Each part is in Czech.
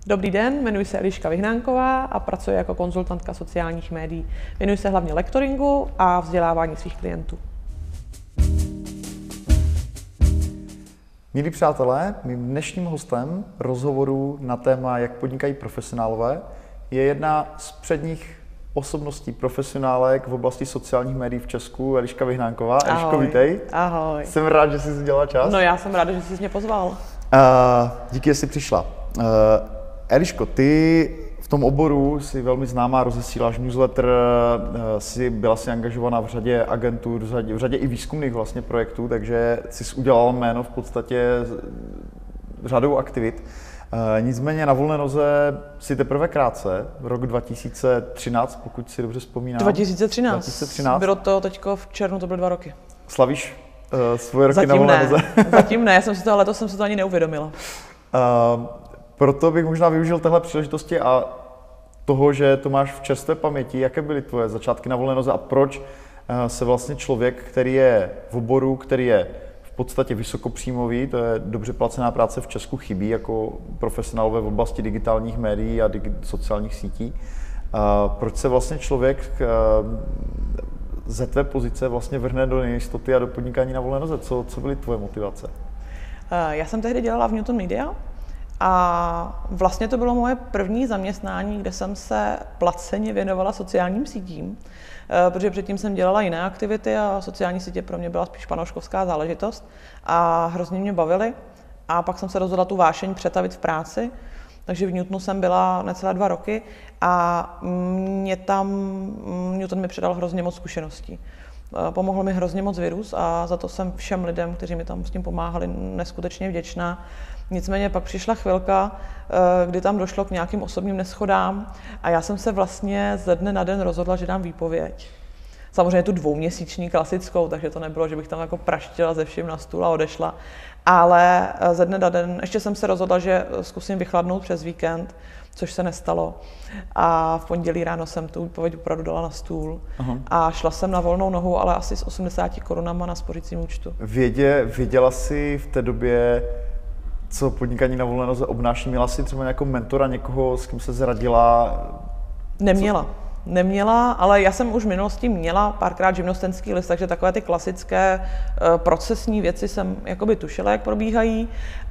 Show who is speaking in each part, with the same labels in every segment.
Speaker 1: Dobrý den, jmenuji se Eliška Vyhnánková a pracuji jako konzultantka sociálních médií. Věnuji se hlavně lektoringu a vzdělávání svých klientů.
Speaker 2: Milí přátelé, mým dnešním hostem rozhovoru na téma Jak podnikají profesionálové je jedna z předních osobností profesionálek v oblasti sociálních médií v Česku, Eliška Vyhnánková. Eliško, vítej.
Speaker 1: Ahoj.
Speaker 2: Jsem rád, že jsi udělala čas.
Speaker 1: No, já jsem ráda, že jsi mě pozval.
Speaker 2: Díky, že jsi přišla. Eliško, ty v tom oboru jsi velmi známá, rozesíláš newsletter, byla si angažovaná v řadě agentur, v řadě i výzkumných vlastně projektů, takže jsi udělala jméno v podstatě řadou aktivit. Nicméně na volné noze si teprve krátce, rok 2013, pokud si dobře vzpomínám.
Speaker 1: 2013. Bylo to teďko v červnu, to byly 2 roky.
Speaker 2: Slavíš svoje roky na volné noze?
Speaker 1: Zatím ne, letos jsem si to ani neuvědomila.
Speaker 2: Proto bych možná využil téhle příležitosti a toho, že to máš v čerstvé paměti, jaké byly tvoje začátky na volné noze a proč se vlastně člověk, který je v oboru, který je v podstatě vysokopříjmový, to je dobře placená práce v Česku, chybí jako profesionálové v oblasti digitálních médií a sociálních sítí. Proč se vlastně člověk ze tvé pozice vlastně vrhne do nejistoty a do podnikání na volné noze? Co byly tvoje motivace?
Speaker 1: Já jsem tehdy dělala v Newton Media. A vlastně to bylo moje první zaměstnání, kde jsem se placeně věnovala sociálním sítím, protože předtím jsem dělala jiné aktivity a sociální sítě pro mě byla spíš panouškovská záležitost a hrozně mě bavily. A pak jsem se rozhodla tu vášeň přetavit v práci, takže v Newtonu jsem byla necelé 2 roky a Newton mi předal hrozně moc zkušeností. Pomohl mi hrozně moc virus a za to jsem všem lidem, kteří mi tam s tím pomáhali, neskutečně vděčná. Nicméně pak přišla chvilka, kdy tam došlo k nějakým osobním neshodám a já jsem se vlastně ze dne na den rozhodla, že dám výpověď. Samozřejmě tu 2měsíční klasickou, takže to nebylo, že bych tam jako praštila ze vším na stůl a odešla. Ale ze dne na den ještě jsem se rozhodla, že zkusím vychladnout přes víkend, což se nestalo. A v pondělí ráno jsem tu výpověď opravdu dala na stůl. Aha. A šla jsem na volnou nohu, ale asi s 80 korunama na spořícím účtu.
Speaker 2: Věděla jsi v té době, co podnikání na volné noze obnáší? Měla jsi třeba nějakou mentora, někoho, s kým se zradila?
Speaker 1: Neměla, ale já jsem už v minulosti měla párkrát živnostenský list, takže takové ty klasické procesní věci jsem jakoby tušila, jak probíhají.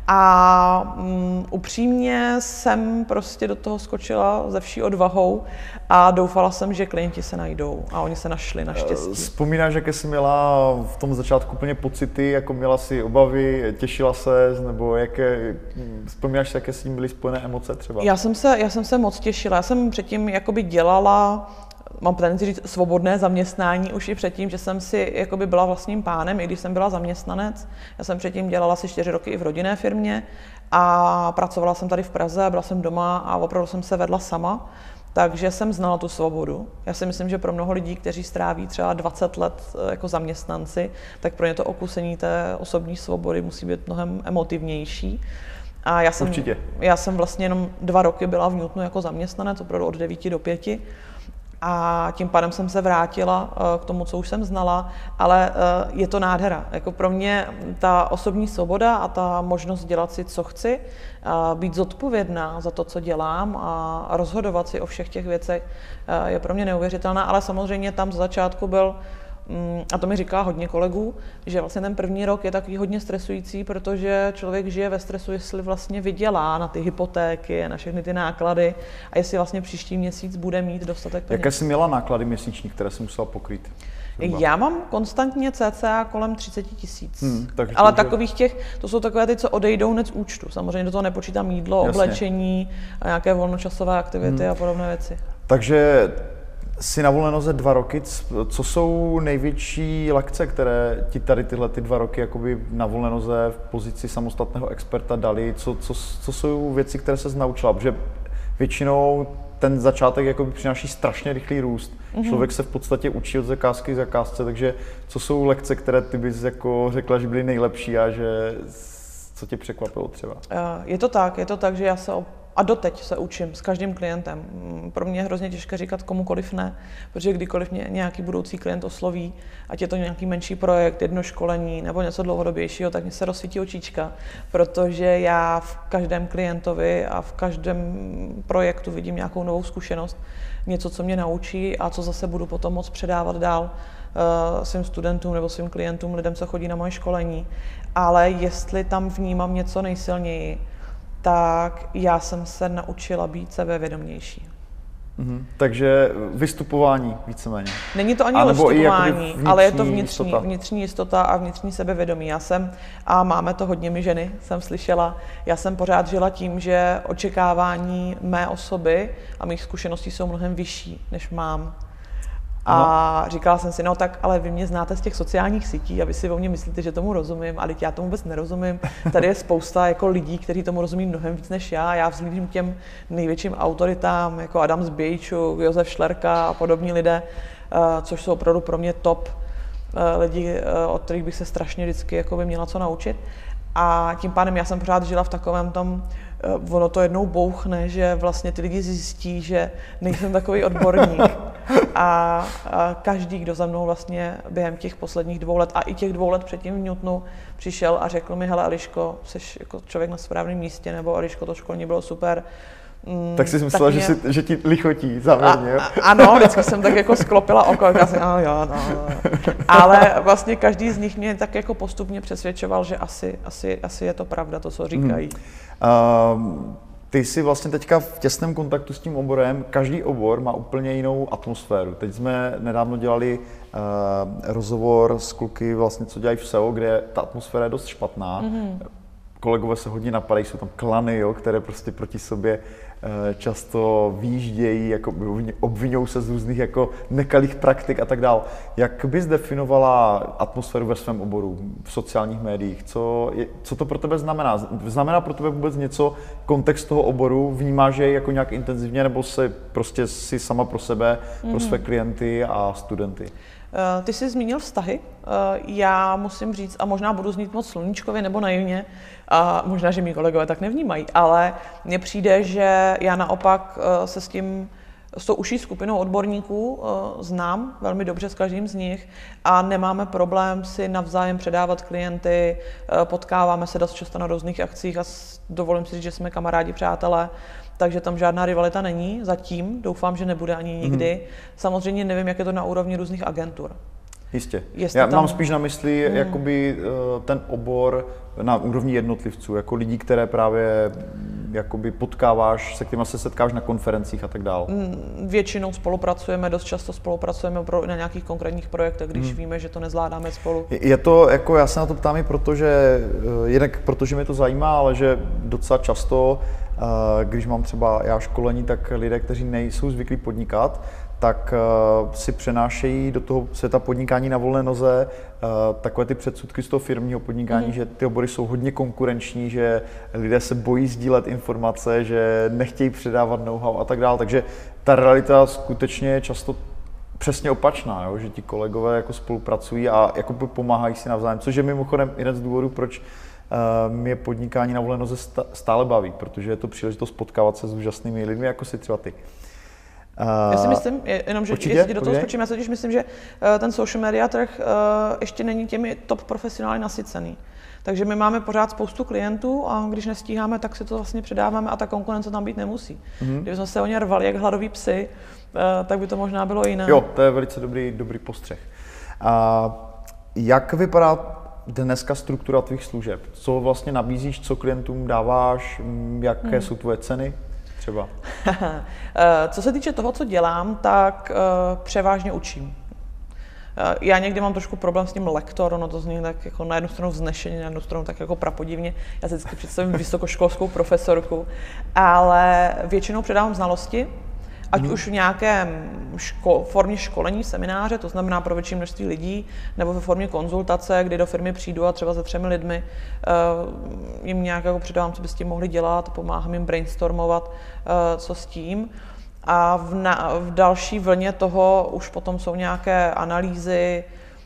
Speaker 1: A upřímně jsem prostě do toho skočila ze vší odvahou a doufala jsem, že klienti se najdou a oni se našli naštěstí.
Speaker 2: Vzpomínáš, jaké jsi měla v tom začátku úplně pocity, jako měla si obavy, těšila ses, nebo vzpomínáš, jaké s tím byly spojené emoce třeba?
Speaker 1: Já jsem se moc těšila, já jsem předtím jakoby dělala, mám tendenci říct, svobodné zaměstnání už i předtím, že jsem si jakoby byla vlastním pánem, i když jsem byla zaměstnanec. Já jsem předtím dělala asi 4 roky i v rodinné firmě a pracovala jsem tady v Praze, byla jsem doma a opravdu jsem se vedla sama, takže jsem znala tu svobodu. Já si myslím, že pro mnoho lidí, kteří stráví třeba 20 let jako zaměstnanci, tak pro ně to okusení té osobní svobody musí být mnohem emotivnější. A já jsem vlastně jenom 2 roky byla v Newtonu jako zaměstnanec, opravdu od 9 do 5. A tím pádem jsem se vrátila k tomu, co už jsem znala, ale je to nádhera. Jako pro mě ta osobní svoboda a ta možnost dělat si, co chci, být zodpovědná za to, co dělám a rozhodovat si o všech těch věcech je pro mě neuvěřitelná, ale samozřejmě tam z začátku byl, a to mi říká hodně kolegů, že vlastně ten první rok je takový hodně stresující, protože člověk žije ve stresu, jestli vlastně vydělá na ty hypotéky, na všechny ty náklady a jestli vlastně příští měsíc bude mít dostatek peněz.
Speaker 2: Jaké jsi měla náklady měsíční, které jsi musela pokrýt?
Speaker 1: Já mám konstantně cca kolem 30 000. Ale takových to jsou takové ty, co odejdou hned z účtu. Samozřejmě do toho nepočítám jídlo, oblečení a nějaké volnočasové aktivity a podobné věci.
Speaker 2: Takže jsi na volné noze 2 roky. Co jsou největší lekce, které ti tady tyhle 2 roky jakoby na volné noze v pozici samostatného experta dali? Co jsou věci, které ses naučila? Protože většinou ten začátek jakoby přináší strašně rychlý růst. Člověk se v podstatě učí od zakázky k zakázce, takže co jsou lekce, které ty bys jako řekla, že byly nejlepší a že co tě překvapilo třeba?
Speaker 1: Je to tak, že já se A doteď se učím s každým klientem. Pro mě je hrozně těžké říkat komukoliv ne, protože kdykoliv mě nějaký budoucí klient osloví, ať je to nějaký menší projekt, jedno školení nebo něco dlouhodobějšího, tak mě se rozsvítí očička, protože já v každém klientovi a v každém projektu vidím nějakou novou zkušenost, něco, co mě naučí a co zase budu potom moct předávat dál svým studentům nebo svým klientům, lidem, co chodí na moje školení. Ale jestli tam vnímám něco nejsilněji, tak já jsem se naučila být sebevědomější.
Speaker 2: Takže vystupování víceméně.
Speaker 1: Není to ani vystupování, ale je to vnitřní jistota a vnitřní sebevědomí. A máme to hodně my ženy, jsem slyšela, já jsem pořád žila tím, že očekávání mé osoby a mých zkušeností jsou mnohem vyšší, než mám. A říkala jsem si, no tak, ale vy mě znáte z těch sociálních sítí a vy si o mě myslíte, že tomu rozumím, ale já tomu vůbec nerozumím. Tady je spousta jako lidí, kteří tomu rozumí mnohem víc než já. Já vzhlížím k těm největším autoritám, jako Adam Zbějčuk, Josef Šlerka a podobní lidé, což jsou opravdu pro mě top lidi, od kterých bych se strašně vždycky jako by měla co naučit. A tím pádem já jsem pořád žila v takovém tom, ono to jednou bouchne, že vlastně ty lidi zjistí, že nejsem takový odborník. A každý, kdo za mnou vlastně během těch posledních 2 let a i těch 2 let předtím v Newtonu přišel a řekl mi, hele Eliško, jsi jako člověk na správném místě, nebo Eliško, to školní bylo super.
Speaker 2: Tak jsi myslela, že ti lichotí záměrně, jo? Ano,
Speaker 1: vždycky jsem tak jako sklopila oko, a si, jo. Ale vlastně každý z nich mě tak jako postupně přesvědčoval, že asi je to pravda, to, co říkají.
Speaker 2: Ty jsi vlastně teďka v těsném kontaktu s tím oborem, každý obor má úplně jinou atmosféru. Teď jsme nedávno dělali rozhovor s kluky, vlastně, co dělají v SEO, kde ta atmosféra je dost špatná. Kolegové se hodně napadají, jsou tam klany, jo, které prostě proti sobě často výjíždějí, jako obviňují se z různých jako nekalých praktik a tak dále. Jak bys definovala atmosféru ve svém oboru, v sociálních médiích? Co to pro tebe znamená? Znamená pro tebe vůbec něco, kontext toho oboru? Vnímáš jej jako nějak intenzivně, nebo se prostě si sama pro sebe, pro své klienty a studenty?
Speaker 1: Ty jsi zmínil vztahy. Já musím říct, a možná budu znít moc sluníčkově nebo naivně, a možná, že mý kolegové tak nevnímají, ale mně přijde, že já naopak se s tou užší skupinou odborníků znám velmi dobře s každým z nich a nemáme problém si navzájem předávat klienty, potkáváme se dost často na různých akcích a dovolím si říct, že jsme kamarádi, přátelé, takže tam žádná rivalita není zatím, doufám, že nebude ani nikdy. Samozřejmě nevím, jak je to na úrovni různých agentur.
Speaker 2: Jistě. Já mám spíš na mysli jakoby ten obor na úrovni jednotlivců, jako lidí, které právě jakoby potkáváš, se kterými se setkáš na konferencích a tak dále.
Speaker 1: Většinou spolupracujeme, dost často spolupracujeme na nějakých konkrétních projektech, když víme, že to nezvládáme spolu.
Speaker 2: Je to, jako já se na to ptám i protože mě to zajímá, ale že docela často, když mám třeba já školení, tak lidé, kteří nejsou zvyklí podnikat, tak si přenášejí do toho světa podnikání na volné noze takové ty předsudky z toho firmního podnikání, že ty obory jsou hodně konkurenční, že lidé se bojí sdílet informace, že nechtějí předávat know-how a tak dále. Takže ta realita skutečně je často přesně opačná, jo? Že ti kolegové jako spolupracují a jako pomáhají si navzájem, což je mimochodem jeden z důvodů, proč mě podnikání na volné noze stále baví, protože je to příležitost potkávat se s úžasnými lidmi, jako si třeba ty.
Speaker 1: Já si myslím, jenom, že jestli do toho skočím, já si totiž myslím, že ten social media trh ještě není těmi top profesionály nasycený. Takže my máme pořád spoustu klientů a když nestíháme, tak si to vlastně předáváme a ta konkurence tam být nemusí. Kdybychom se o ně rvali jak hladoví psy, tak by to možná bylo jiné.
Speaker 2: Jo, to je velice dobrý postřeh. Jak vypadá dneska struktura tvých služeb? Co vlastně nabízíš, co klientům dáváš, jaké jsou tvoje ceny? Třeba.
Speaker 1: Co se týče toho, co dělám, tak převážně učím. Já někdy mám trošku problém s tím lektor, ono to zní tak jako na jednu stranu vznešeně, na jednu stranu tak jako prapodivně. Já si vždycky představím vysokoškolskou profesorku, ale většinou předávám znalosti, ať už v nějakém formě školení, semináře, to znamená pro větší množství lidí, nebo ve formě konzultace, kdy do firmy přijdu a třeba se 3 lidmi jim nějak jako předávám, co by s tím mohli dělat, pomáhám jim brainstormovat, co s tím. A v další vlně toho už potom jsou nějaké analýzy,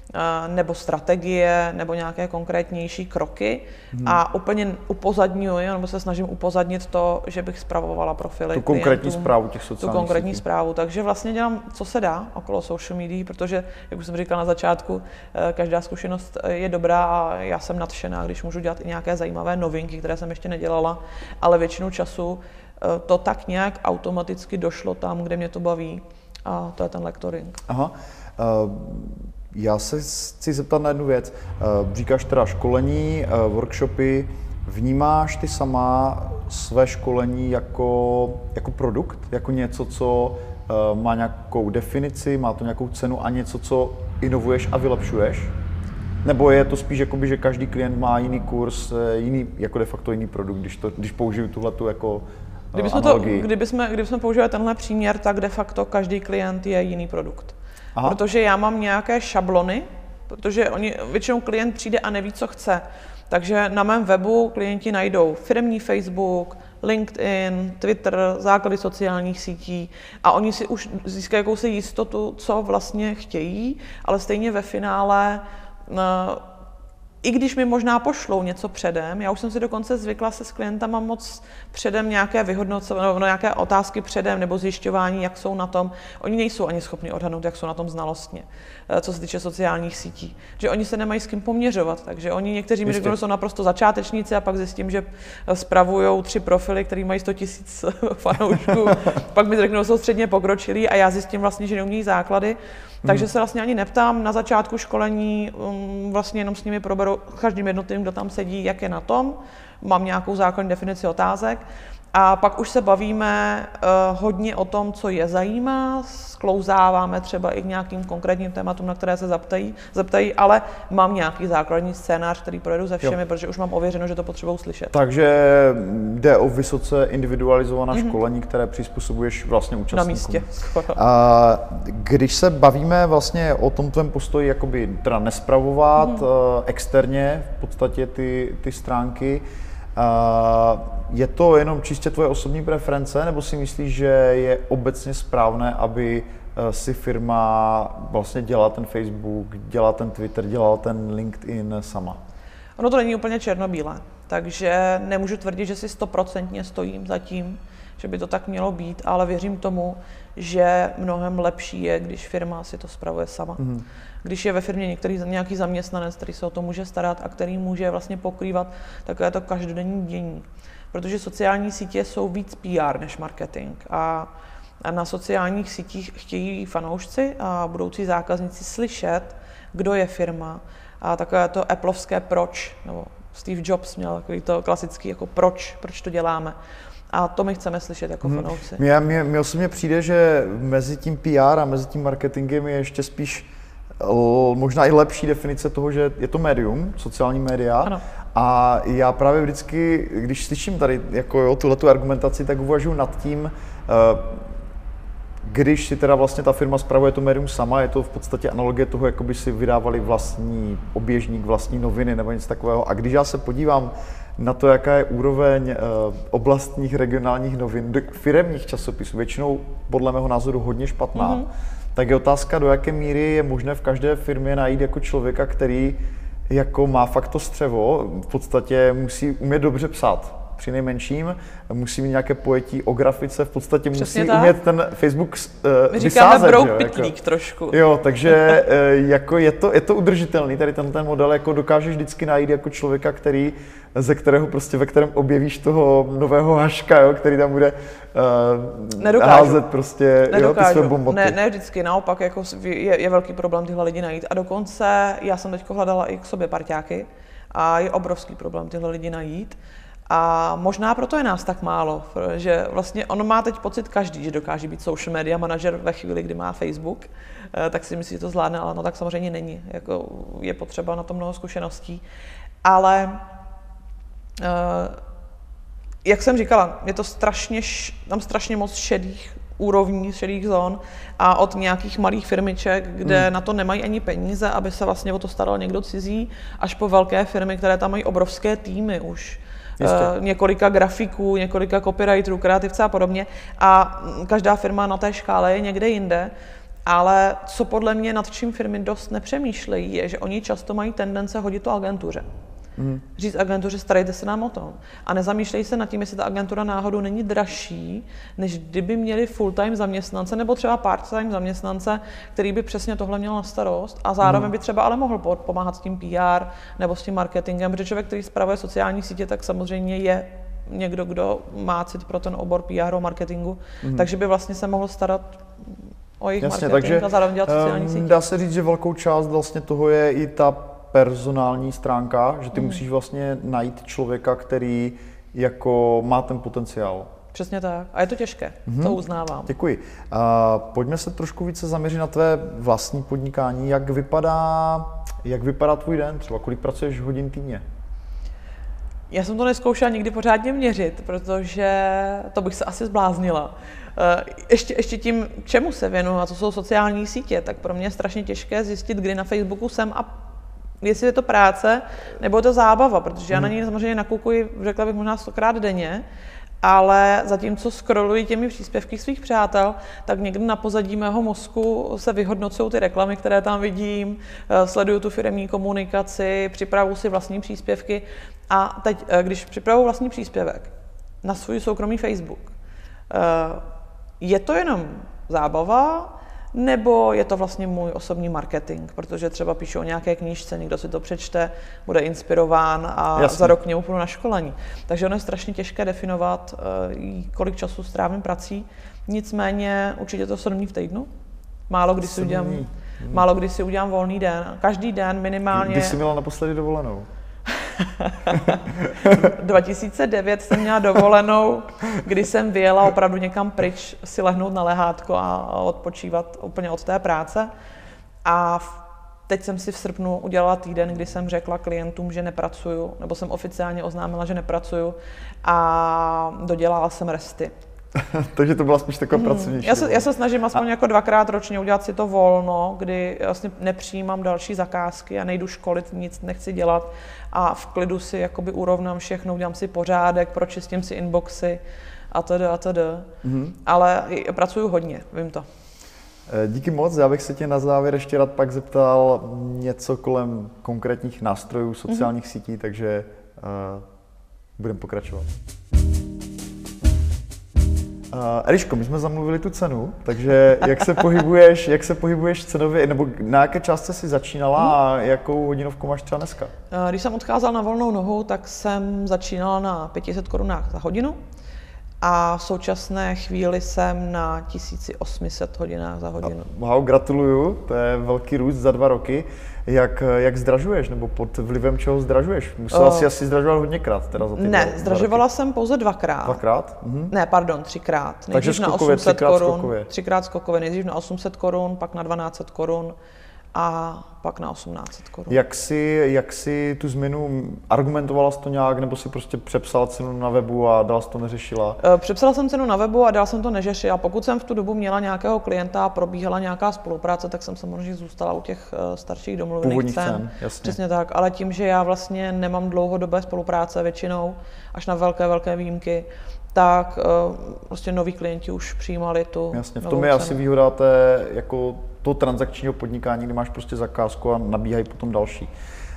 Speaker 1: nebo strategie, nebo nějaké konkrétnější kroky a úplně upozadňuji, nebo se snažím upozadnit to, že bych spravovala profily
Speaker 2: tu konkrétní zprávu těch sociálních
Speaker 1: tu konkrétní
Speaker 2: sítí.
Speaker 1: zprávu. Takže vlastně dělám, co se dá okolo social media, protože, jak už jsem říkala na začátku, každá zkušenost je dobrá a já jsem nadšená, když můžu dělat i nějaké zajímavé novinky, které jsem ještě nedělala, ale většinu času to tak nějak automaticky došlo tam, kde mě to baví, a to je ten lektoring.
Speaker 2: Aha. Já se chci zeptat na jednu věc. Říkáš teda školení, workshopy. Vnímáš ty sama své školení jako produkt? Jako něco, co má nějakou definici, má to nějakou cenu a něco, co inovuješ a vylepšuješ? Nebo je to spíš jakoby, že každý klient má jiný kurz, jiný, jako de facto jiný produkt, když použiju tuhletu jako analogii?
Speaker 1: Kdybychom používali tenhle příměr, tak de facto každý klient je jiný produkt.
Speaker 2: Aha.
Speaker 1: Protože já mám nějaké šablony, protože většinou klient přijde a neví, co chce. Takže na mém webu klienti najdou firemní Facebook, LinkedIn, Twitter, základy sociálních sítí a oni si už získají jakousi jistotu, co vlastně chtějí, ale stejně ve finále, i když mi možná pošlou něco předem, já už jsem si dokonce zvykla se s klientama moc předem nějaké vyhodnocování, nebo nějaké otázky předem nebo zjišťování, jak jsou na tom. Oni nejsou ani schopni odhadnout, jak jsou na tom znalostně, co se týče sociálních sítí. Že oni se nemají s kým poměřovat, takže oni někteří mi řeknou, že jsou naprosto začátečníci a pak zjistím, že spravujou 3 profily, které mají 100 000 fanoušků. Pak mi řeknou, že jsou středně pokročilí a já zjistím vlastně, že neumějí základy. Takže se vlastně ani neptám na začátku školení, vlastně jenom s nimi proberu každým jednotlivým, kdo tam sedí, jak je na tom, mám nějakou základní definici otázek a pak už se bavíme hodně o tom, co je zajímá, sklouzáváme třeba i k nějakým konkrétním tématům, na které se zeptají, ale mám nějaký základní scénář, který projedu se všemi, protože už mám ověřeno, že to potřebují slyšet.
Speaker 2: Takže jde o vysoce individualizovaná školení, které přizpůsobuješ vlastně účastníkům.
Speaker 1: Na místě, skoro.
Speaker 2: Když se bavíme vlastně o tom tvém postoji, jakoby teda nespravovat externě v podstatě ty stránky, je to jenom čistě tvoje osobní preference, nebo si myslíš, že je obecně správné, aby si firma vlastně dělala ten Facebook, dělala ten Twitter, dělala ten LinkedIn sama?
Speaker 1: Ono to není úplně černobílé, takže nemůžu tvrdit, že si 100% stojím za tím, že by to tak mělo být, ale věřím tomu, že mnohem lepší je, když firma si to spravuje sama. Když je ve firmě nějaký zaměstnanec, který se o to může starat a který může vlastně pokrývat takové to každodenní dění. Protože sociální sítě jsou víc PR než marketing a na sociálních sítích chtějí fanoušci a budoucí zákazníci slyšet, kdo je firma a takové to applovské proč, nebo Steve Jobs měl takový to klasický jako proč to děláme. A to my chceme slyšet jako fanoušci.
Speaker 2: Mně osobně přijde, že mezi tím PR a mezi tím marketingem je ještě spíš možná i lepší definice toho, že je to médium, sociální média.
Speaker 1: Ano.
Speaker 2: A já právě vždycky, když slyším tady jako tuhletu argumentaci, tak uvažuji nad tím, když si teda vlastně ta firma spravuje to médium sama, je to v podstatě analogie toho, jako by si vydávali vlastní oběžník, vlastní noviny nebo něco takového. A když já se podívám na to, jaká je úroveň oblastních regionálních novin, firemních časopisů, většinou podle mého názoru hodně špatná, tak je otázka, do jaké míry je možné v každé firmě najít jako člověka, který jako má fakt to střevo, v podstatě musí umět dobře psát. Při nejmenším musí mít nějaké pojetí o grafice, v podstatě
Speaker 1: přesně
Speaker 2: musí
Speaker 1: tak.
Speaker 2: umět ten Facebook
Speaker 1: My říkáme
Speaker 2: vysázet.
Speaker 1: brouk pytlík trošku.
Speaker 2: Jo, takže jako je to udržitelný, tady ten model jako dokážeš vždycky najít jako člověka, ve kterém objevíš toho nového haška, jo, který tam bude házet prostě ty své bomboty.
Speaker 1: Ne vždycky, naopak jako je velký problém tyhle lidi najít. A dokonce já jsem teď hledala i k sobě parťáky a je obrovský problém tyhle lidi najít. A možná proto je nás tak málo, že vlastně on má teď pocit každý, že dokáže být social media manažer ve chvíli, kdy má Facebook, tak si myslí, že to zvládne, ale no tak samozřejmě není. Jako je potřeba na to mnoho zkušeností. Ale jak jsem říkala, je to tam strašně moc šedých úrovní, šedých zón a od nějakých malých firmiček, kde na to nemají ani peníze, aby se vlastně o to staral někdo cizí, až po velké firmy, které tam mají obrovské týmy už. Několika grafiků, několika copywriterů, kreativce a podobně. A každá firma na té škále je někde jinde. Ale co podle mě nad čím firmy dost nepřemýšlejí, je, že oni často mají tendence hodit to agentuře. Říct agentuře, starejte se nám o tom. A nezamýšlejí se nad tím, jestli ta agentura náhodou není dražší, než kdyby měli full-time zaměstnance nebo třeba part-time zaměstnance, který by přesně tohle měl na starost a zároveň by třeba ale mohl pomáhat s tím PR nebo s tím marketingem, protože člověk, který spravuje sociální sítě, tak samozřejmě je někdo, kdo má cit pro ten obor PR a marketingu, takže by vlastně se mohl starat o jejich marketing a zároveň dělat sociální sítě.
Speaker 2: Dá se říct, že velkou část vlastně toho je i ta personální stránka, že ty musíš vlastně najít člověka, který jako má ten potenciál.
Speaker 1: Přesně tak. A je to těžké, to uznávám.
Speaker 2: Děkuji. Pojďme se trošku více zaměřit na tvé vlastní podnikání. Jak vypadá tvůj den? Třeba kolik pracuješ hodin týdně?
Speaker 1: Já jsem to nezkoušela nikdy pořádně měřit, protože to bych se asi zbláznila. Ještě tím, čemu se věnuju, a to jsou sociální sítě, tak pro mě je strašně těžké zjistit, kdy na Facebooku jsem a jestli je to práce, nebo je to zábava, protože já na ní samozřejmě nakukuji, řekla bych možná 100krát denně, ale zatímco scrolluji těmi příspěvky svých přátel, tak někdy na pozadí mého mozku se vyhodnocují ty reklamy, které tam vidím, sleduju tu firemní komunikaci, připravuji si vlastní příspěvky a teď, když připravuji vlastní příspěvek na svůj soukromý Facebook, je to jenom zábava, nebo je to vlastně můj osobní marketing, protože třeba píšu o nějaké knížce, někdo si to přečte, bude inspirován a za rok k němu půjdu na školení. Takže ono je strašně těžké definovat, kolik času strávím prací. Nicméně určitě to 7 dní v týdnu. Málo kdy si udělám volný den. Každý den minimálně.
Speaker 2: Kdy jsi měla naposledy dovolenou?
Speaker 1: 2009 jsem měla dovolenou, kdy jsem vyjela opravdu někam pryč si lehnout na lehátko a odpočívat úplně od té práce. A teď jsem si v srpnu udělala týden, kdy jsem řekla klientům, že nepracuju, nebo jsem oficiálně oznámila, že nepracuju a dodělala jsem resty.
Speaker 2: Takže to byla spíš taková pracovnější.
Speaker 1: Já se snažím aspoň jako 2krát ročně udělat si to volno, kdy vlastně nepřijímám další zakázky a nejdu školit, nic nechci dělat a v klidu si jakoby urovnám všechno, udělám si pořádek, pročistím si inboxy a td. Ale pracuju hodně, vím to.
Speaker 2: Díky moc, já bych se tě na závěr ještě rád pak zeptal něco kolem konkrétních nástrojů sociálních sítí, takže budeme pokračovat. Eliško, my jsme zamluvili tu cenu, takže jak se pohybuješ cenově, nebo na jaké částce jsi začínala a jakou hodinovku máš třeba dneska?
Speaker 1: Když jsem odcházela na volnou nohu, tak jsem začínala na 500 korunách za hodinu a v současné chvíli jsem na 1800 hodinách za hodinu.
Speaker 2: Wow, gratuluju, to je velký růst za 2 roky. Jak zdražuješ, nebo pod vlivem čeho zdražuješ? Musela si asi zdražovat hodněkrát teda za ty
Speaker 1: Ne, zdražovala jsem pouze 2krát.
Speaker 2: 2krát?
Speaker 1: Ne, pardon, 3krát.
Speaker 2: Takže skokově, 3krát skokově.
Speaker 1: 3krát skokově, nejdřív na 800 korun, pak na 1200 korun a pak na 1800 korun.
Speaker 2: Jak jsi tu změnu, argumentovala jsi to nějak, nebo si prostě přepsala cenu na webu a dál jsi to neřešila?
Speaker 1: Přepsala jsem cenu na webu a dál jsem to neřešila. Pokud jsem v tu dobu měla nějakého klienta a probíhala nějaká spolupráce, tak jsem samozřejmě zůstala u těch starších domluvených cen.
Speaker 2: Jasně.
Speaker 1: Přesně tak, ale tím, že já vlastně nemám dlouhodobé spolupráce většinou, až na velké výjimky, tak prostě noví klienti už přijímali tu
Speaker 2: Jasně, v
Speaker 1: novou
Speaker 2: tom je
Speaker 1: cenu.
Speaker 2: asi výhoda jako toho transakčního podnikání, kdy máš prostě zakázku a nabíhají potom další.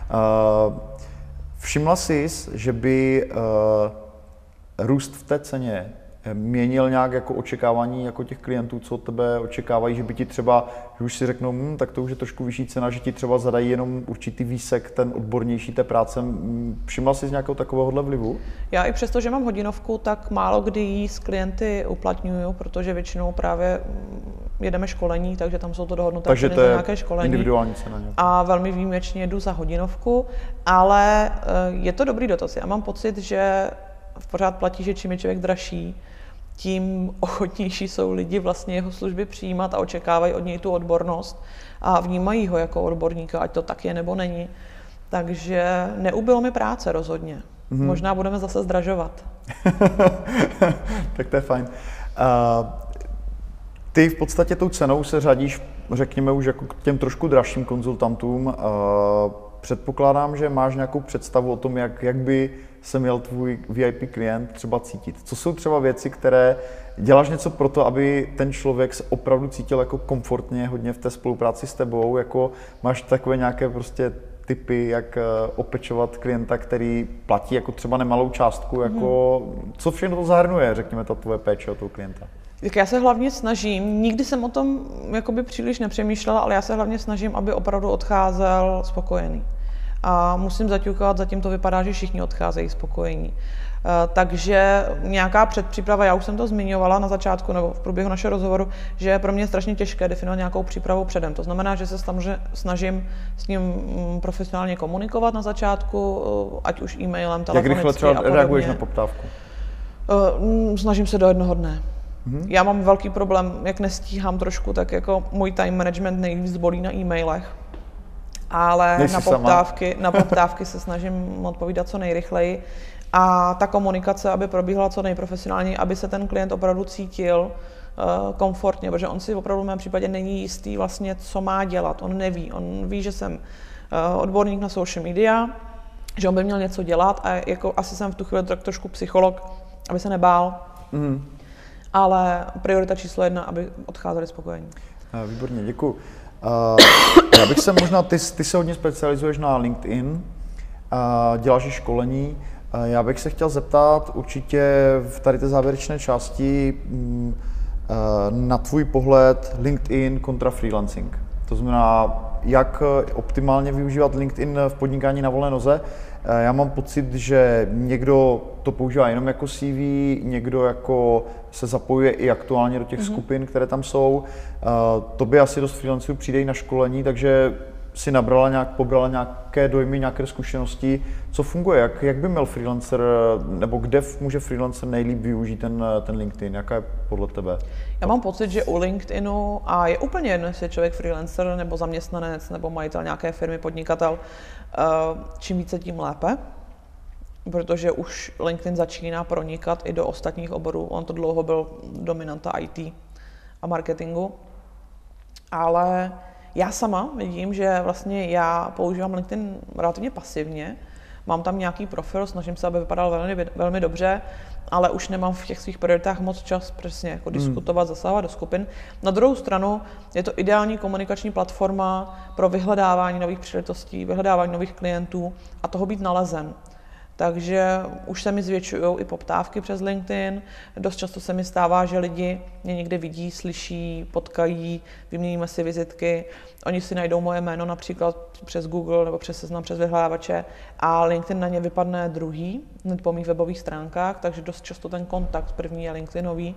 Speaker 2: Všimla jsi, že by růst v té ceně měnil nějak jako očekávání jako těch klientů, co od tebe očekávají, že by ti třeba, že už si řeknou, tak to už je trošku vyšší cena, že ti třeba zadají jenom určitý výsek, ten odbornější té práce. Všimla jsi z nějakého takovéhohle vlivu? Já
Speaker 1: i přesto, že mám hodinovku, tak málo kdy ji s klienty uplatňuju, protože většinou právě jedeme školení, takže tam jsou to dohodnuté ceny za nějaké školení.
Speaker 2: Individuální cena.
Speaker 1: A velmi výjimečně jedu za hodinovku, ale je to dobrý dotaz. Já mám pocit, že pořád platí, že čím je člověk dražší, tím ochotnější jsou lidi vlastně jeho služby přijímat a očekávají od něj tu odbornost a vnímají ho jako odborníka, ať to tak je nebo není. Takže neubylo mi práce rozhodně. Možná budeme zase zdražovat.
Speaker 2: Tak to je fajn. Ty v podstatě tou cenou se řadíš, řekněme, už jako k těm trošku dražším konzultantům. Předpokládám, že máš nějakou představu o tom, jak by se měl tvůj VIP klient třeba cítit? Co jsou třeba věci, které děláš něco pro to, aby ten člověk se opravdu cítil jako komfortně hodně v té spolupráci s tebou, jako máš takové nějaké prostě tipy, jak opečovat klienta, který platí jako třeba nemalou částku, jako co všechno to zahrnuje, řekněme, ta tvoje péče o toho klienta?
Speaker 1: Tak já se hlavně snažím, nikdy jsem o tom jakoby příliš nepřemýšlela, ale já se hlavně snažím, aby opravdu odcházel spokojený. A musím zaťukat, zatím to vypadá, že všichni odcházejí spokojení. Takže nějaká předpříprava, já už jsem to zmiňovala na začátku nebo v průběhu našeho rozhovoru, že je pro mě strašně těžké definovat nějakou přípravu předem. To znamená, že se snažím s ním profesionálně komunikovat na začátku, ať už e-mailem, telefonicky.
Speaker 2: Jak rychle třeba reaguješ na poptávku?
Speaker 1: Snažím se do jednoho dne. Já mám velký problém, jak nestíhám trošku, tak jako můj time management nejvíc bolí na e-mailech. Ale na poptávky se snažím odpovídat co nejrychleji. A ta komunikace, aby probíhala co nejprofesionálněji, aby se ten klient opravdu cítil komfortně, protože on si opravdu v mém případě není jistý vlastně, co má dělat. On neví. On ví, že jsem odborník na social media, že on by měl něco dělat a jako asi jsem v tu chvíli tak trošku psycholog, aby se nebál. Ale priorita číslo 1, aby odcházeli spokojení.
Speaker 2: Výborně, děkuji. Já bych se možná, ty se hodně specializuješ na LinkedIn, děláš i školení. Já bych se chtěl zeptat určitě v tady té závěrečné části na tvůj pohled LinkedIn kontra freelancing. To znamená, jak optimálně využívat LinkedIn v podnikání na volné noze. Já mám pocit, že někdo to používá jenom jako CV, někdo jako se zapojuje i aktuálně do těch skupin, které tam jsou. Tobě asi dost freelanců přijde i na školení, takže si pobrala nějaké dojmy, nějaké zkušenosti, co funguje, jak by měl freelancer, nebo kde může freelancer nejlíp využít ten LinkedIn, jaká je podle tebe?
Speaker 1: Já mám pocit, že u LinkedInu, a je úplně jedno, jestli je člověk freelancer, nebo zaměstnanec, nebo majitel nějaké firmy, podnikatel, čím více, tím lépe, protože už LinkedIn začíná pronikat i do ostatních oborů. On to dlouho byl dominanta IT a marketingu, ale já sama vidím, že vlastně já používám LinkedIn relativně pasivně. Mám tam nějaký profil, snažím se, aby vypadal velmi, velmi dobře, ale už nemám v těch svých prioritách moc čas přesně jako diskutovat, zasahovat do skupin. Na druhou stranu je to ideální komunikační platforma pro vyhledávání nových příležitostí, vyhledávání nových klientů a toho být nalezen. Takže už se mi zvětšují i poptávky přes LinkedIn. Dost často se mi stává, že lidi mě někde vidí, slyší, potkají, vyměníme si vizitky. Oni si najdou moje jméno například přes Google nebo přes seznam, přes vyhledávače a LinkedIn na ně vypadne druhý, hned po mých webových stránkách, takže dost často ten kontakt první je LinkedInový.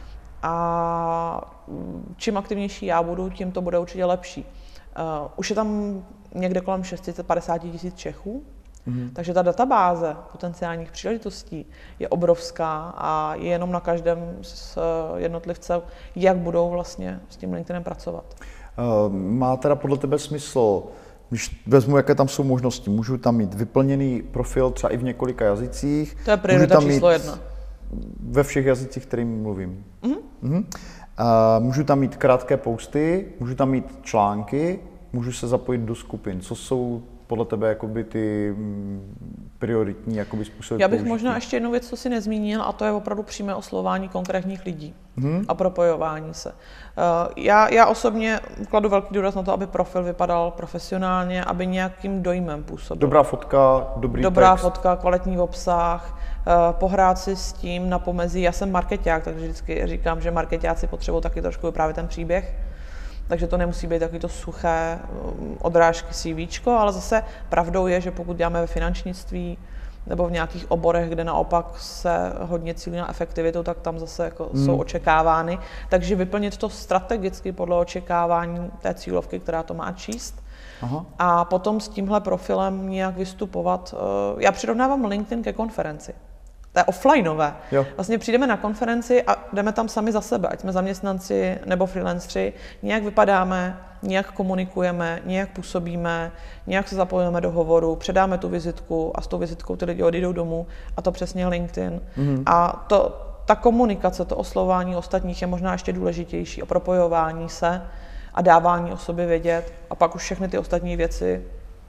Speaker 1: A čím aktivnější já budu, tím to bude určitě lepší. Už je tam někde kolem 650 tisíc Čechů, takže ta databáze potenciálních příležitostí je obrovská a je jenom na každém z jednotlivce, jak budou vlastně s tím LinkedInem pracovat.
Speaker 2: Má teda podle tebe smysl, když vezmu, jaké tam jsou možnosti, můžu tam mít vyplněný profil třeba i v několika jazycích?
Speaker 1: To je priorita číslo 1.
Speaker 2: Ve všech jazycích, kterým mluvím. Můžu tam mít krátké posty, můžu tam mít články, můžu se zapojit do skupin. Co jsou podle tebe jakoby ty prioritní jakoby způsoby
Speaker 1: Já bych
Speaker 2: použití?
Speaker 1: možná ještě jednu věc, co si nezmínil, a to je opravdu přímé oslovování konkrétních lidí a propojování se. Já osobně kladu velký důraz na to, aby profil vypadal profesionálně, aby nějakým dojmem působil.
Speaker 2: Dobrá fotka,
Speaker 1: Dobrá
Speaker 2: text.
Speaker 1: fotka, kvalitní obsah, pohrát si s tím na pomezí. Já jsem markeťák, takže vždycky říkám, že markeťáci potřebují taky trošku vyprávět ten příběh. Takže to nemusí být takový to suché odrážky CVčko, ale zase pravdou je, že pokud děláme ve finančnictví nebo v nějakých oborech, kde naopak se hodně cílí na efektivitu, tak tam zase jako jsou očekávány. Takže vyplnit to strategicky podle očekávání té cílovky, která to má číst.
Speaker 2: Aha.
Speaker 1: A potom s tímhle profilem nějak vystupovat. Já přirovnávám LinkedIn ke konferenci. To je offlineové.
Speaker 2: Jo.
Speaker 1: Vlastně přijdeme na konferenci a jdeme tam sami za sebe, ať jsme zaměstnanci nebo freelanceri, nějak vypadáme, nějak komunikujeme, nějak působíme, nějak se zapojíme do hovoru, předáme tu vizitku a s tou vizitkou ty lidi odejdou domů a to přesně LinkedIn. A ta komunikace, to oslovování ostatních je možná ještě důležitější, o propojování se a dávání o sobě vědět a pak už všechny ty ostatní věci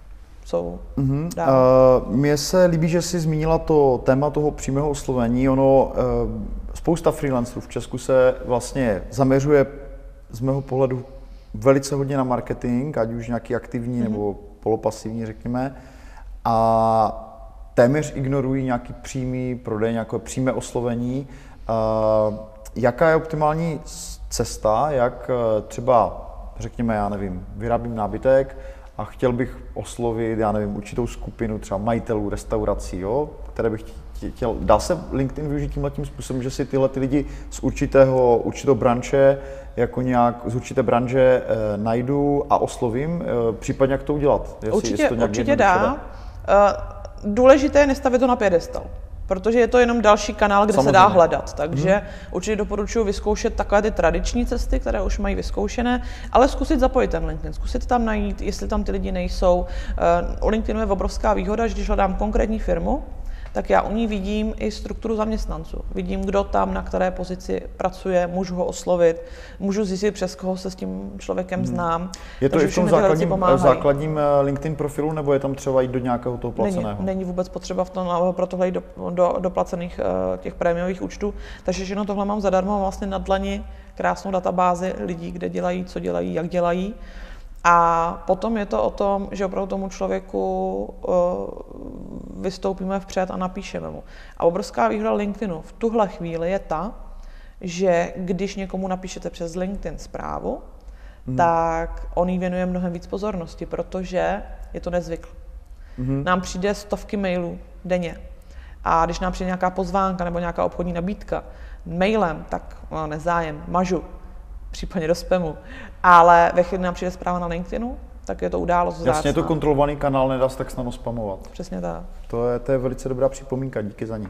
Speaker 1: jsou dál.
Speaker 2: Mně se líbí, že jsi zmínila to téma toho přímého oslovení. Ono, spousta freelancerů v Česku se vlastně zaměřuje z mého pohledu velice hodně na marketing, ať už nějaký aktivní nebo polopasivní, řekněme, a téměř ignorují nějaký přímý prodej, nějaké přímé oslovení. Jaká je optimální cesta, jak třeba, řekněme, já nevím, vyrábím nábytek a chtěl bych oslovit, já nevím, určitou skupinu třeba majitelů restaurací, jo, které bych chtěl. Dá se LinkedIn využít tímhletím způsobem, že si tyhle ty lidi z určitou branže, jako nějak z určité branže najdu a oslovím, případně jak to udělat?
Speaker 1: Určitě dá. Důležité je nestavit to na piedestal, protože je to jenom další kanál, kde se dá hledat. Takže určitě doporučuji vyzkoušet takové ty tradiční cesty, které už mají vyzkoušené, ale zkusit zapojit ten LinkedIn, zkusit tam najít, jestli tam ty lidi nejsou. U LinkedInu je obrovská výhoda, že když hledám konkrétní firmu, tak já u ní vidím i strukturu zaměstnanců. Vidím, kdo tam, na které pozici pracuje, můžu ho oslovit, můžu zjistit, přes koho se s tím člověkem znám.
Speaker 2: Je to i v tom základním LinkedIn profilu, nebo je tam třeba jít do nějakého toho placeného?
Speaker 1: Není vůbec potřeba pro tohle jít do placených těch prémiových účtů, takže všechno tohle mám zadarmo vlastně na dlani krásnou databázi lidí, kde dělají, co dělají, jak dělají. A potom je to o tom, že opravdu tomu člověku vystoupíme vpřed a napíšeme mu. A obrovská výhoda LinkedInu v tuhle chvíli je ta, že když někomu napíšete přes LinkedIn zprávu, tak on jí věnuje mnohem víc pozornosti, protože je to nezvyklé. Nám přijde stovky mailů denně. A když nám přijde nějaká pozvánka nebo nějaká obchodní nabídka mailem, tak nezájem, mažu, případně do spamu. Ale ve chvíli nám přijde zpráva na LinkedInu, tak je to událost vzácná.
Speaker 2: Jasně, je to kontrolovaný kanál, nedá se tak snadno spamovat.
Speaker 1: Přesně tak.
Speaker 2: To je velice dobrá připomínka, díky za ní.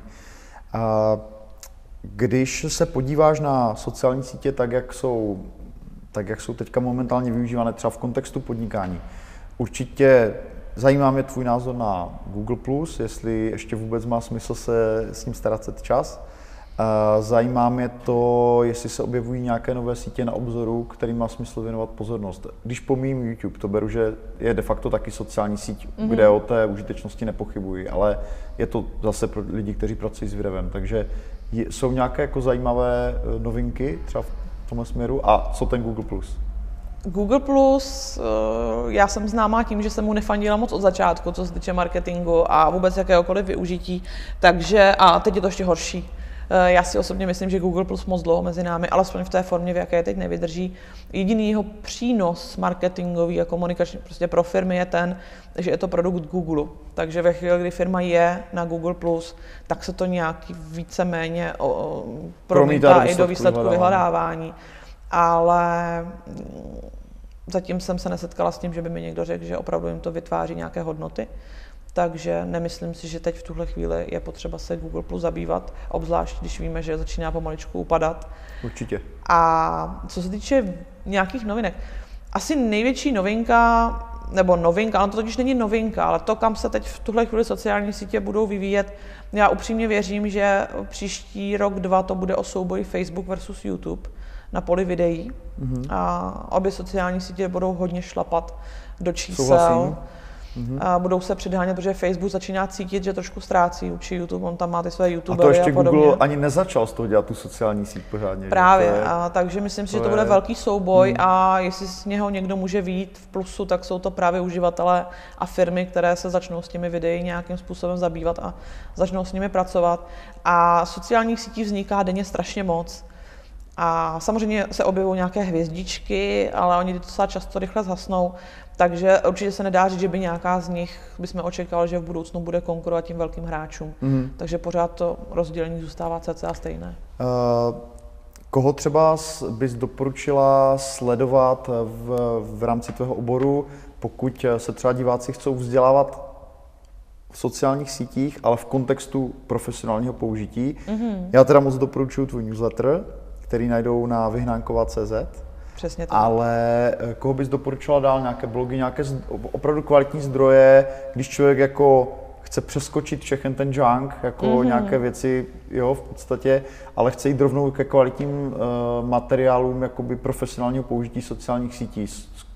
Speaker 2: Když se podíváš na sociální sítě tak, jak jsou teďka momentálně využívané třeba v kontextu podnikání, určitě zajímá mě tvůj názor na Google+, jestli ještě vůbec má smysl se s ním starat čas. Zajímá mě to, jestli se objevují nějaké nové sítě na obzoru, kterým má smysl věnovat pozornost. Když pomíjím YouTube, to beru, že je de facto taky sociální síť, kde o té užitečnosti nepochybuji, ale je to zase pro lidi, kteří pracují s videem. Takže jsou nějaké jako zajímavé novinky třeba v tomhle směru a co ten Google+?
Speaker 1: Google+, já jsem známá tím, že jsem mu nefandila moc od začátku, co se týče marketingu a vůbec jakéhokoliv využití, takže a teď je to ještě horší. Já si osobně myslím, že Google Plus moc dlouho mezi námi, alespoň v té formě, v jaké je teď, nevydrží. Jediný jeho přínos marketingový a komunikační prostě pro firmy je ten, že je to produkt Google. Takže ve chvíli, kdy firma je na Google Plus, tak se to nějaký víceméně promítá i do výsledku vyhledávání. Ale zatím jsem se nesetkala s tím, že by mi někdo řekl, že opravdu jim to vytváří nějaké hodnoty. Takže nemyslím si, že teď v tuhle chvíli je potřeba se Google Plus zabývat, obzvlášť když víme, že začíná pomaličku upadat.
Speaker 2: Určitě.
Speaker 1: A co se týče nějakých novinek, asi největší novinka, ale to totiž není novinka, ale to, kam se teď v tuhle chvíli sociální sítě budou vyvíjet, já upřímně věřím, že příští rok, 2 to bude o souboji Facebook versus YouTube na poli videí. A obě sociální sítě budou hodně šlapat do čísel.
Speaker 2: Souhlasím.
Speaker 1: A budou se předhánět, protože Facebook začíná cítit, že trošku ztrácí vůči YouTube, on tam má ty své YouTubery
Speaker 2: a to ještě
Speaker 1: a podobně.
Speaker 2: Google ani nezačal z toho dělat tu sociální síť pořádně.
Speaker 1: Právě, takže myslím si, že to bude velký souboj a jestli z něho někdo může vyjít v plusu, tak jsou to právě uživatelé a firmy, které se začnou s těmi videi nějakým způsobem zabývat a začnou s nimi pracovat. A sociálních sítí vzniká denně strašně moc. A samozřejmě se objevují nějaké hvězdičky, ale oni docela často rychle zhasnou, takže určitě se nedá říct, že by nějaká z nich bychom očekávali, že v budoucnu bude konkurovat tím velkým hráčům. Takže pořád to rozdělení zůstává cca stejné.
Speaker 2: Koho třeba bys doporučila sledovat v rámci tvého oboru, pokud se třeba diváci chcou vzdělávat v sociálních sítích, ale v kontextu profesionálního použití? Já teda moc doporučuji tvůj newsletter, který najdou na vyhnánkova.cz.
Speaker 1: Přesně tak.
Speaker 2: Ale koho bys doporučila dál, nějaké blogy, nějaké opravdu kvalitní zdroje, když člověk jako chce přeskočit všechen ten junk, jako nějaké věci, jo, v podstatě, ale chce jít rovnou ke kvalitním materiálům jakoby profesionálního použití sociálních sítí.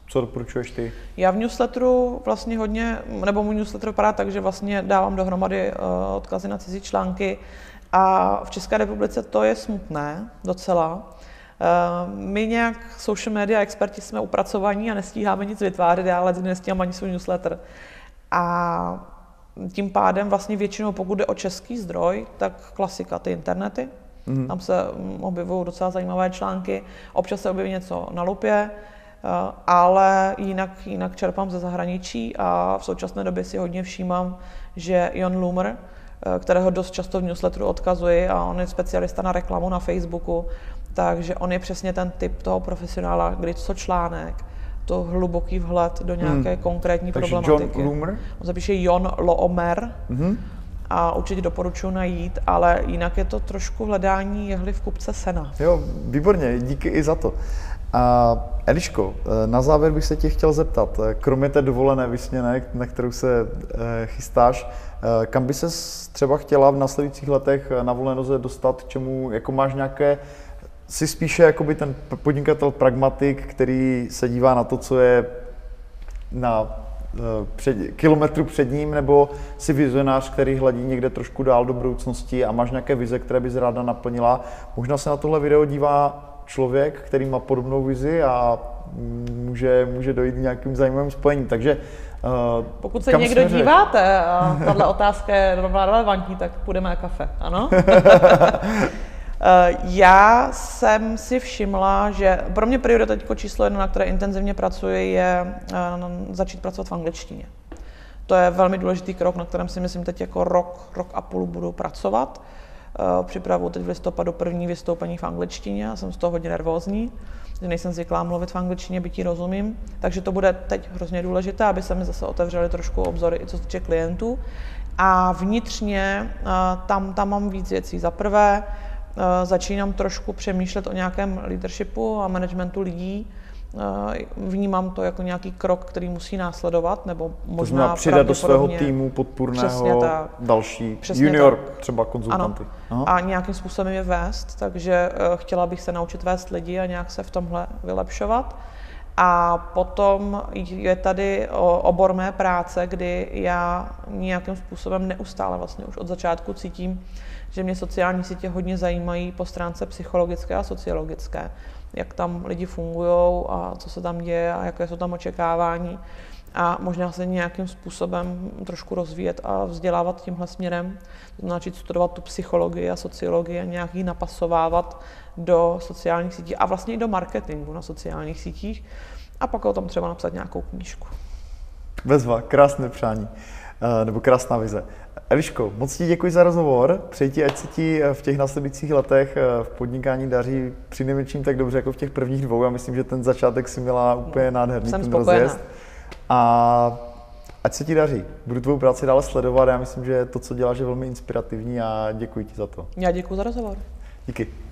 Speaker 2: Co doporučuješ ty?
Speaker 1: Já v newsletteru vlastně hodně, nebo můj newsletter vypadá tak, že vlastně dávám dohromady odkazy na cizí články a v České republice to je smutné docela. My nějak social media experti jsme upracovaní a nestíháme nic vytvářet, já ale nestíhám ani svůj newsletter. A tím pádem vlastně většinou, pokud jde o český zdroj, tak klasika, ty internety. Tam se objevují docela zajímavé články, občas se objeví něco na lupě, ale jinak čerpám ze zahraničí a v současné době si hodně všímám, že Jon Loomer, kterého dost často v newsletteru odkazuji a on je specialista na reklamu na Facebooku, takže on je přesně ten typ toho profesionála, kdy co článek, to hluboký vhled do nějaké konkrétní
Speaker 2: Takže
Speaker 1: problematiky.
Speaker 2: Jon Loomer?
Speaker 1: On se píše Jon Loomer a určitě doporučuji najít, ale jinak je to trošku hledání jehly v kupce sena.
Speaker 2: Jo, výborně, díky i za to. Eliško, na závěr bych se tě chtěl zeptat, kromě té dovolené vysněné, na kterou se chystáš, kam by ses třeba chtěla v následujících letech na volné noze dostat, čemu jako máš nějaké, jsi spíše jakoby ten podnikatel pragmatik, který se dívá na to, co je na kilometru před ním, nebo jsi vizionář, který hledí někde trošku dál do budoucnosti a máš nějaké vize, které bys ráda naplnila. Možná se na tohle video dívá člověk, který má podobnou vizi a může dojít k nějakým zajímavým spojením. Takže
Speaker 1: pokud se někdo díváte a tahle otázka je relevantní, tak půjdeme na kafe, ano? Já jsem si všimla, že pro mě priorita číslo 1, na které intenzivně pracuji, je začít pracovat v angličtině. To je velmi důležitý krok, na kterém si myslím teď jako rok a půl budu pracovat. Připravuji teď v listopadu první vystoupení v angličtině a jsem z toho hodně nervózní, že nejsem zvyklá mluvit v angličtině, byť ji rozumím. Takže to bude teď hrozně důležité, aby se mi zase otevřely trošku obzory i co se týče klientů. A vnitřně tam mám víc věcí. Za prvé, začínám trošku přemýšlet o nějakém leadershipu a managementu lidí. Vnímám to jako nějaký krok, který musí následovat, nebo možná
Speaker 2: to znamená přidat do svého týmu podpůrného další junior tak. Třeba konzultanty.
Speaker 1: A nějakým způsobem je vést, takže chtěla bych se naučit vést lidi a nějak se v tomhle vylepšovat. A potom je tady obor mé práce, kdy já nějakým způsobem neustále vlastně už od začátku cítím, že mě sociální sítě hodně zajímají po stránce psychologické a sociologické, jak tam lidi fungují a co se tam děje a jaké jsou tam očekávání. A možná se nějakým způsobem trošku rozvíjet a vzdělávat tímhle směrem, to znamená studovat tu psychologii a sociologii a nějak ji napasovávat do sociálních sítí a vlastně i do marketingu na sociálních sítích a pak o tom třeba napsat nějakou knížku.
Speaker 2: Bezva, krásné přání, nebo krásná vize. Eliško, moc ti děkuji za rozhovor, přeji ti, ať se ti v těch následujících letech v podnikání daří přinejmenším tak dobře jako v těch prvních 2. Já myslím, že ten začátek si měla úplně nádherný, ten rozjezd. A ať se ti daří. Budu tvou práci dále sledovat, já myslím, že to, co děláš, je velmi inspirativní a děkuji ti za to.
Speaker 1: Já děkuji za rozhovor.
Speaker 2: Díky.